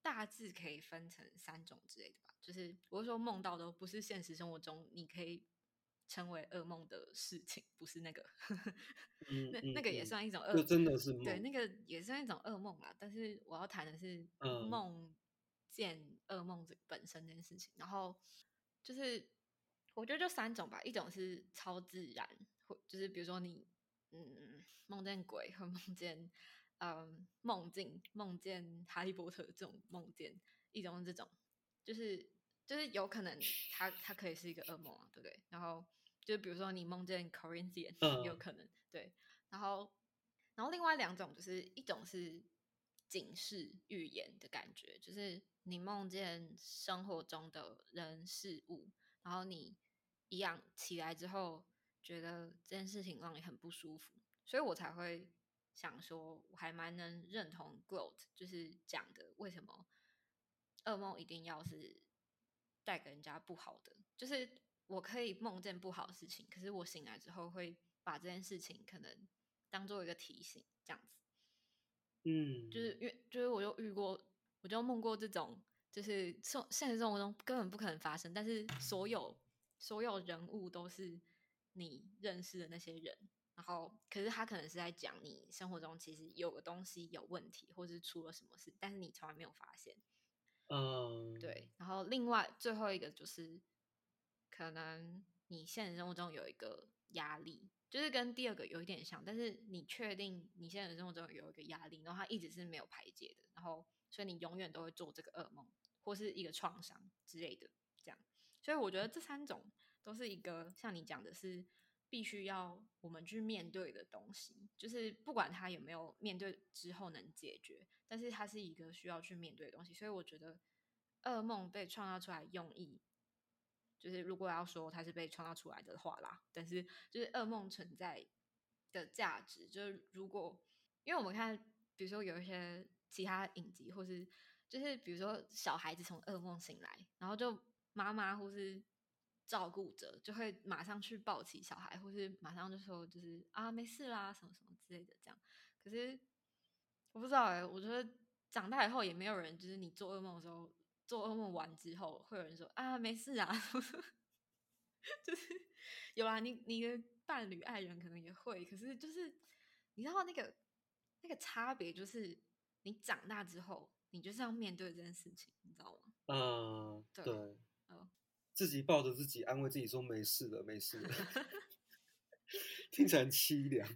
大致可以分成三种之类的吧。就是我是说梦到的不是现实生活中你可以称为噩梦的事情，不是那个嗯那那嗯嗯， 个也算一种噩， 就真的是对， 梦。 那个也算一种噩梦啦。但是我要谈的是嗯梦见噩梦这本身这件事情。然后就是我觉得就三种吧，一种是超自然，或就是比如说你嗯梦见鬼，或梦见嗯梦境，梦见哈利波特这种梦见，一种是这种，就是就是有可能它它可以是一个噩梦啊，对不对？然后就是比如说你梦见 Corinthian 也有嗯可能对，然后然后另外两种就是一种是警示预言的感觉，就是你梦见生活中的人事物，然后你一样起来之后觉得这件事情让你很不舒服，所以我才会想说，我还蛮能认同 Gloat 就是讲的为什么噩梦一定要是带给人家不好的，就是我可以梦见不好的事情，可是我醒来之后会把这件事情可能当做一个提醒，这样子。就是嗯因为就是我就遇过，我就梦过这种，就是现现实生活中根本不可能发生，但是所有所有人物都是你认识的那些人，然后可是他可能是在讲你生活中其实有个东西有问题，或是出了什么事，但是你从来没有发现。 嗯对，然后另外最后一个就是可能你现实生活中有一个压力，就是跟第二个有一点像，但是你确定你现实生活中有一个压力，然后它一直是没有排解的，然后所以你永远都会做这个噩梦或是一个创伤之类的，这样。所以我觉得这三种都是一个像你讲的是必须要我们去面对的东西，就是不管它有没有面对之后能解决，但是它是一个需要去面对的东西。所以我觉得噩梦被创造出来用意，就是如果要说它是被创造出来的话啦，但是就是噩梦存在的价值，就是如果因为我们看，比如说有一些其他影集，或是就是比如说小孩子从噩梦醒来，然后就妈妈或是照顾者就会马上去抱起小孩，或是马上就说就是啊没事啦什么什么之类的这样。可是我不知道哎、欸，我觉得长大以后也没有人，就是你做噩梦的时候，做噩梦完之后，会有人说啊没事啊，就是有啦，你你的伴侣、爱人可能也会，可是就是你知道那个那个差别，就是你长大之后，你就是要面对这件事情，你知道吗？ 嗯， 对， 对， 呃， 自己抱着自己安慰自己说没事的，没事的，听起来很凄凉。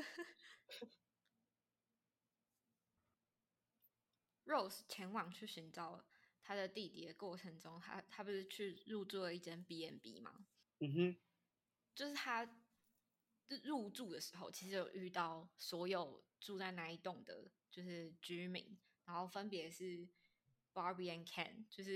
Rose 前往去寻找他的弟弟的过程中，他他不是去入住了一间 B and B 吗？ 嗯哼， 就是他入住的时候，其实有遇到所有住在那一栋的，就是居民，然后分别是 Barbie and Ken，就是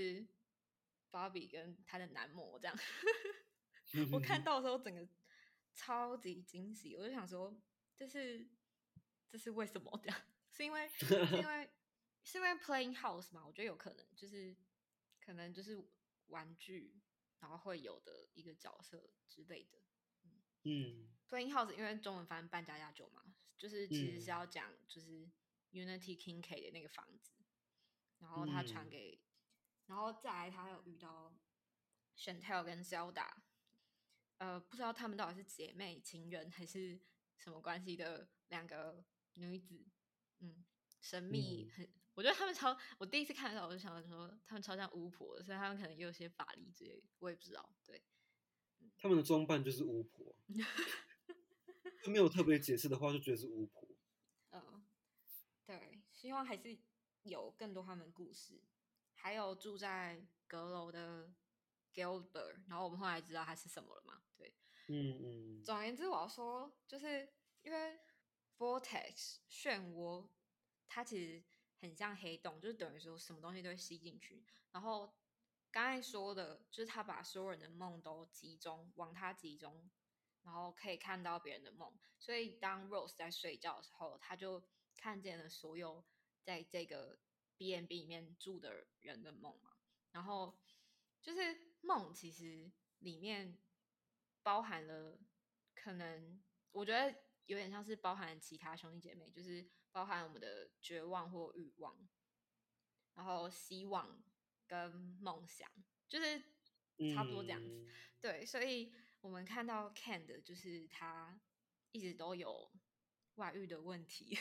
Barbie 跟他的男模这样。我看到的时候，整个超级惊喜，我就想说，这是这是为什么这样？是因为是因为是因为 Playing House 嘛？我觉得有可能，就是可能就是玩具，然后会有的一个角色之类的。 嗯 Playing House 因为中文翻扮家家酒嘛，就是其实是嗯要讲就是 Unity Kincaid 的那个房子，然后他传嗯给，然后再来他有遇到 Chantel 跟 Zelda，呃，不知道他们到底是姐妹、情人还是什么关系的两个女子，嗯，神秘嗯， 很，我觉得他们超，我第一次看到我就想说他们超像巫婆的，所以他们可能也有些法力之类的，我也不知道，对。 他们的装扮就是巫婆，就没有特别解释的话，就觉得是巫婆。 嗯，对，希望还是有更多他们的故事，还有住在阁楼的 Gilbert，然后我们后来知道他是什么了嘛？对， 嗯嗯总而言之，我要说，就是因为 vortex 漩涡，它其实很像黑洞，就是等于说什么东西都会吸进去。然后刚才说的，就是他把所有人的梦都集中往他集中，然后可以看到别人的梦。所以当 Rose 在睡觉的时候，他就看见了所有在这个 B and B 里面住的人的梦嘛。然后就是梦，其实里面包含了可能，我觉得有点像是包含其他兄弟姐妹，就是包含我们的绝望或欲望。 然后希望跟梦想，就是差不多这样子。 嗯， 对，所以我们看到 Ken 的就是他一直都有外遇的问题，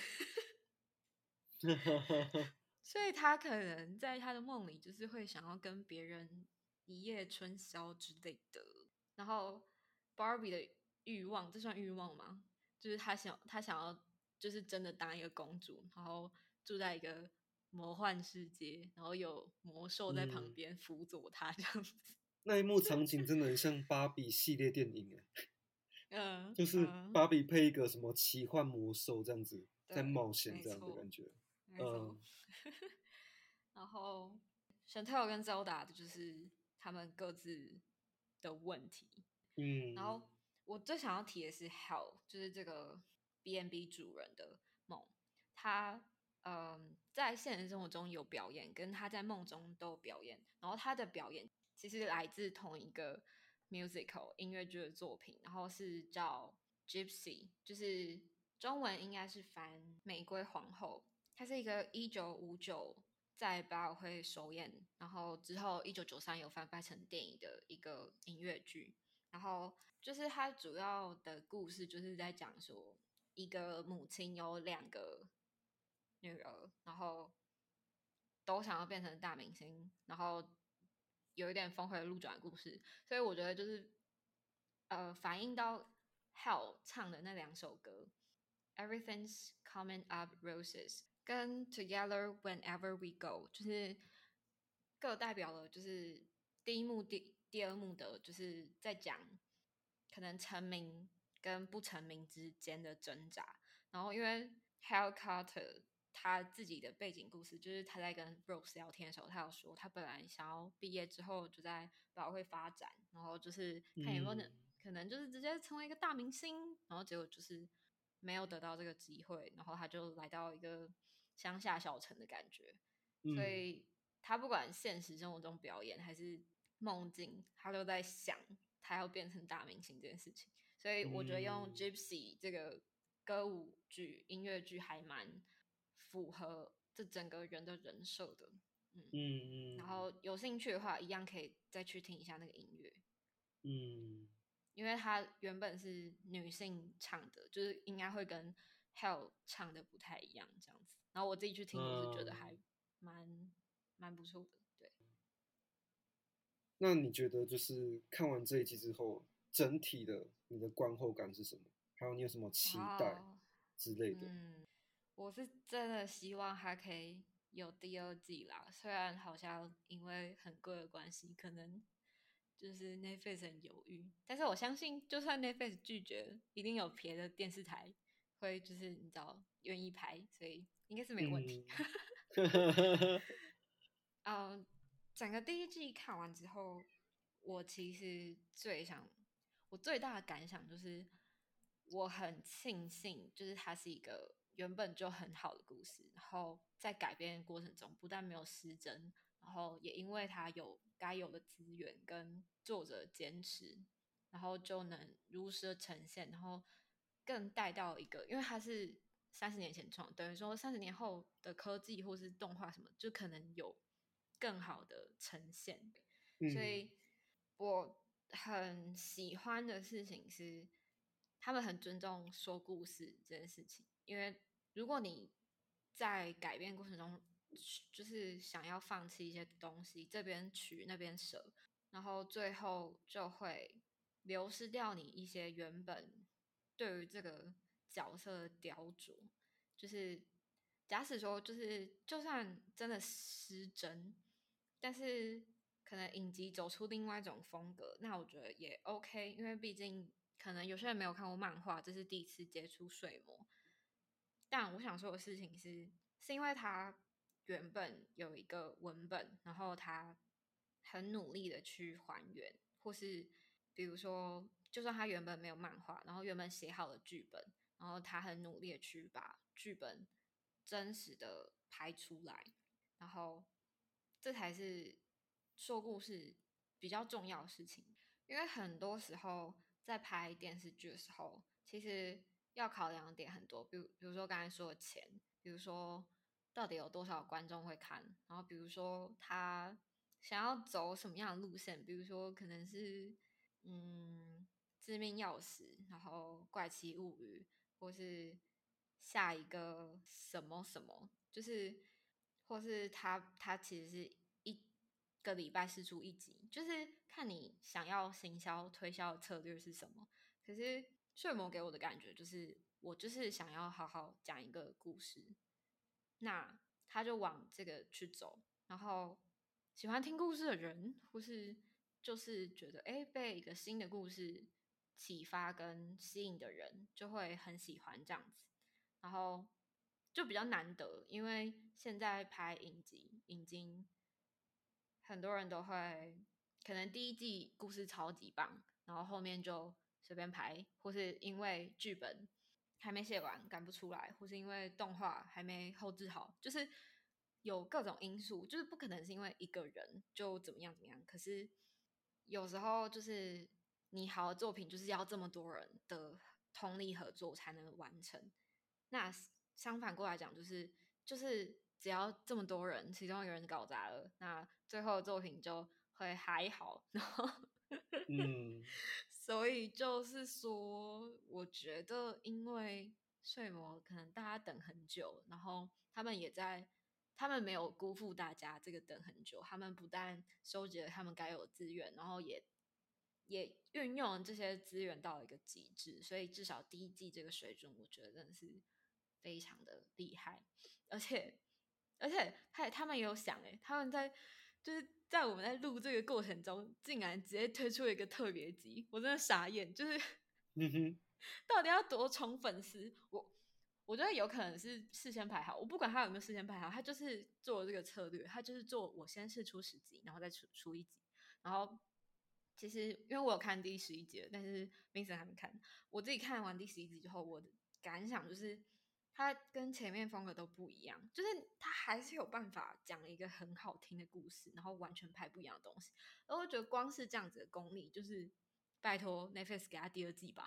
所以他可能在他的梦里就是会想要跟别人一夜春宵之类的。然后 Barbie 的欲望，这算欲望吗？就是他想他想要就是真的当一个公主，然后住在一个魔幻世界，然后有魔兽在旁嗯， 边辅佐他这样子。 那一幕场景真的很像芭比系列电影哎， 嗯就是嗯， 芭比配一个什么奇幻魔兽这样子在对， 冒险这样的没错， 感觉。 没错。 嗯然后 Chantel 跟 Zelda 的就是他们各自的问题。然嗯后我最想要提的是 Hell，就是这个 B and B 主人的梦。他嗯，在现实生活中有表演，跟他在梦中都有表演。然后他的表演其实来自同一个 musical 音乐剧的作品，然后是叫 Gypsy，就是中文应该是翻《玫瑰皇后》。它是一个一九五九在百老汇首演，然后之后一九九三有翻拍成电影的一个音乐剧。然后就是它主要的故事就是在讲说，一个母亲有两个女儿，然后都想要变成大明星，然后有一点峰回路转的故事。所以我觉得就是呃，反映到 Hell 唱的那两首歌，Everything's Coming Up Roses 跟 Together Whenever We Go，就是各代表了就是第一幕、第第二幕的，就是在讲可能成名跟不成名之间的挣扎。然后因为 Hal Carter 他自己的背景故事，就是他在跟 Rose 聊天的时候，他有说他本来想要毕业之后就在百老汇发展，然后就是看有没有能嗯可能就是直接成为一个大明星，然后结果就是没有得到这个机会，然后他就来到一个乡下小城的感觉。所嗯以他不管现实生活中表演还是梦境，他都在想他要变成大明星这件事情。所以我觉得用嗯 Gypsy 这个歌舞剧、音乐剧还蛮符合这整个人的人设的。嗯，然嗯后有兴趣的话，一样可以再去听一下那个音乐， 嗯因为它原本是女性唱的，就是应该会跟 Hell 唱的不太一样这样子。然后我自己去听，我是觉得还嗯。 蛮蛮不错的。对那你觉得就是看完这一季之后，整体的你的观后感是什么？还有你有什么期待哦， 之类的？ 嗯，我是真的希望还可以有第二季啦。虽然好像因为很贵的关系，可能就是 Netflix 很犹豫，但是我相信，就算 Netflix 拒绝，一定有别的电视台会就是你知道愿意拍，所以应该是没有问题。 嗯， 嗯，整个第一季看完之后，我其实最想，我最大的感想就是，我很庆幸，就是它是一个原本就很好的故事，然后在改编的过程中，不但没有失真，然后也因为它有该有的资源跟作者坚持，然后就能如实的呈现，然后更带到一个，因为它是三十年前创，等于说三十年后的科技或是动画什么，就可能有更好的呈现。所嗯以我很喜欢的事情是，他们很尊重说故事这件事情，因为如果你在改变过程中，就是想要放弃一些东西，这边取那边舍，然后最后就会流失掉你一些原本对于这个角色的雕琢。就是假使说，就是就算真的失真，但是可能影集走出另外一种风格，那我觉得也 OK，因为毕竟可能有些人没有看过漫画，这是第一次接触睡魔。但我想说的事情是，是因为他原本有一个文本，然后他很努力的去还原，或是比如说，就算他原本没有漫画，然后原本写好了剧本，然后他很努力的去把剧本真实的拍出来，然后这才是说故事比较重要的事情。因为很多时候在拍电视剧的时候，其实要考量的点很多，比如比如说刚才说的钱，比如说到底有多少观众会看，然后比如说他想要走什么样的路线，比如说可能是嗯致命钥匙，然后怪奇物语，或是下一个什么什么，就是或是他他其实是一个礼拜试出一集，就是看你想要行销推销的策略是什么。可是睡魔给我的感觉就是，我就是想要好好讲一个故事，那他就往这个去走，然后喜欢听故事的人，或是就是觉得哎被一个新的故事启发跟吸引的人，就会很喜欢这样子，然后就比较难得，因为现在拍影集已经很多人都会，可能第一季故事超级棒，然后后面就随便拍，或是因为剧本还没写完赶不出来，或是因为动画还没后置好，就是有各种因素，就是不可能是因为一个人就怎么样怎么样。可是有时候就是你好的作品就是要这么多人的通力合作才能完成。那相反过来讲，就是就是只要这么多人，其中一个人搞砸了，那最后的作品就会还好。然后， 嗯所以就是说，我觉得因为睡魔可能大家等很久，然后他们也在，他们没有辜负大家这个等很久，他们不但收集了他们该有的资源，然后也也运用了这些资源到了一个极致，所以至少第一季这个水准，我觉得真的是非常的厉害，而且而且他他们也有想哎，他们在就是在我们在录这个过程中，竟然直接推出一个特别集，我真的傻眼，就是嗯哼， 到底要多宠粉丝？我我觉得有可能是事先排好，我不管他有没有事先排好，他就是做这个策略，他就是做我先试出十集，然后再出出一集，然后。其实，因为我有看第十一集了，但是 Vincent 还没看。我自己看完第十一集之后，我的感想就是，它跟前面风格都不一样，就是它还是有办法讲一个很好听的故事，然后完全拍不一样的东西。而我觉得光是这样子的功力，就是拜托 Netflix 给他第二季吧。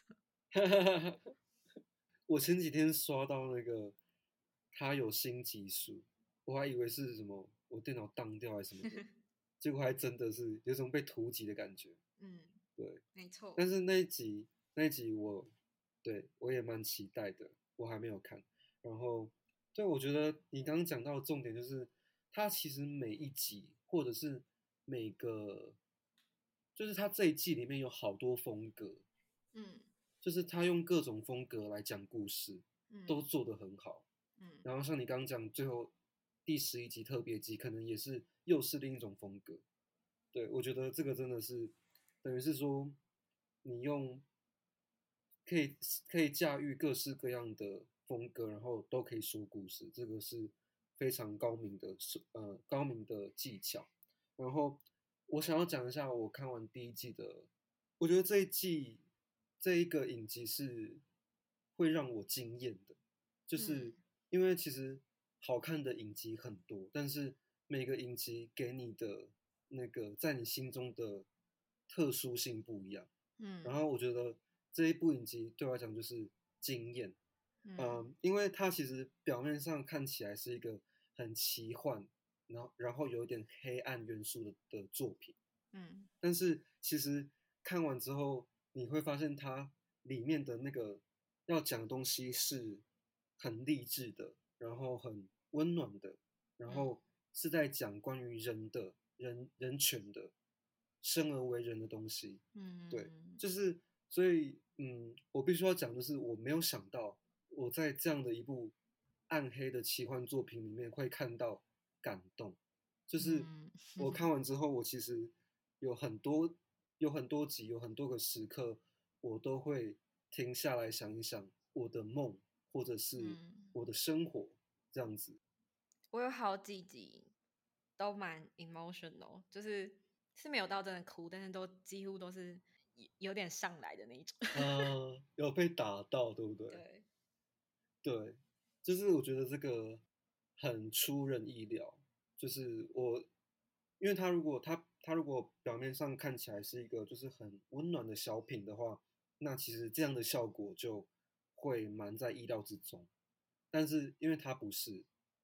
我前几天刷到那个他有新集数，我还以为是什么我电脑当掉还是什么的，结果还真的是有种被突击的感觉。 嗯， 对， 没错。 但是那一集那一集我对我也蛮期待的，我还没有看。然后，对，我觉得你刚刚讲到的重点就是，它其实每一集或者是每个，就是它这一季里面有好多风格， 嗯就是他用各种风格来讲故事，都嗯做得很好。 嗯然后像你刚刚讲，最后第十一集特别集，可能也是又是另一种风格。对，我觉得这个真的是等于是说，你用可以可以驾驭各式各样的风格，然后都可以说故事，这个是非常高明的呃高明的技巧。然后我想要讲一下我看完第一季的，我觉得这一季这一个影集是会让我惊艳的，就是嗯因为其实好看的影集很多，但是每个影集给你的那个在你心中的特殊性不一样。然嗯后我觉得这一部影集对我来讲就是惊艳， 嗯嗯，因为它其实表面上看起来是一个很奇幻，然后然后有一点黑暗元素的的作品， 嗯但是其实看完之后，你会发现它里面的那个要讲的东西是很励志的，然后很温暖的，然嗯后是在讲关于人的人人权的生而为人的东西。对， 嗯就是所以，嗯，我必须要讲的是，我没有想到我在这样的一部暗黑的奇幻作品里面会看到感动。就是嗯我看完之后，我其实有很多有很多集，有很多个时刻，我都会停下来想一想我的梦，或者是嗯。 我的生活这样子。 我有好几集都蛮 emotional，就是是没有到真的哭，但是都几乎都是有有点上来的那一种。 呃，有被打到，对不对？ 对， 对，就是我觉得这个很出人意料。就是我，因为他如果他他如果表面上看起来是一个就是很温暖的小品的话，那其实这样的效果就会蛮在意料之中。但是因为他不是，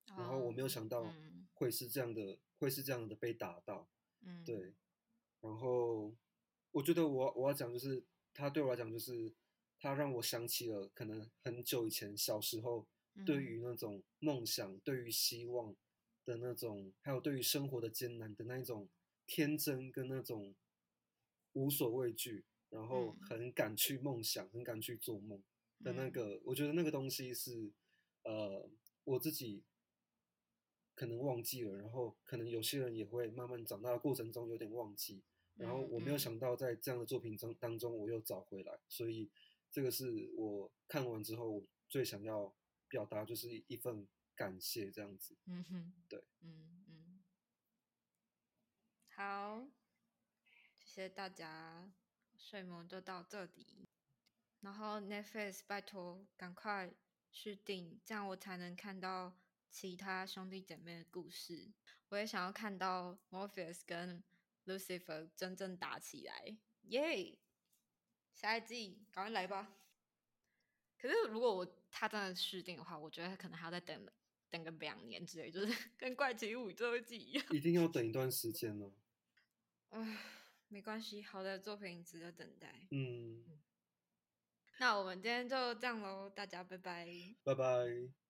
然后我没有哦， 想到嗯会是这样的，会是这样的被打到， 嗯对。然后我觉得我我要讲就是他对我来讲就是他让我想起了可能很久以前小时候对嗯于那种梦想、对于希望的那种，还有对于生活的艰难的那一种天真跟那种无所畏惧，然后嗯很敢去梦想、很敢去做梦的那嗯个，我觉得那个东西是呃我自己可能忘记了，然后可能有些人也会慢慢长大的过程中有点忘记，然后我没有嗯嗯想到在这样的作品中当中我又找回来，所以这个是我看完之后我最想要表达就是一份感谢这样子。 嗯哼对， 嗯嗯，好，谢谢大家，睡魔就到这里。然后 Netflix 拜托赶快续订，这样我才能看到其他兄弟姐妹的故事。我也想要看到 Morpheus 跟 Lucifer 真正打起来，耶！下一季赶快来吧。可是如果我他真的续订的话，我觉得可能还要再等等个两年之类，就是跟怪奇物语最后一季一样。 一定要等一段时间呢。 唉，没关系，好的作品值得等待。 嗯， 那我们今天就这样喽，大家拜拜。 拜拜。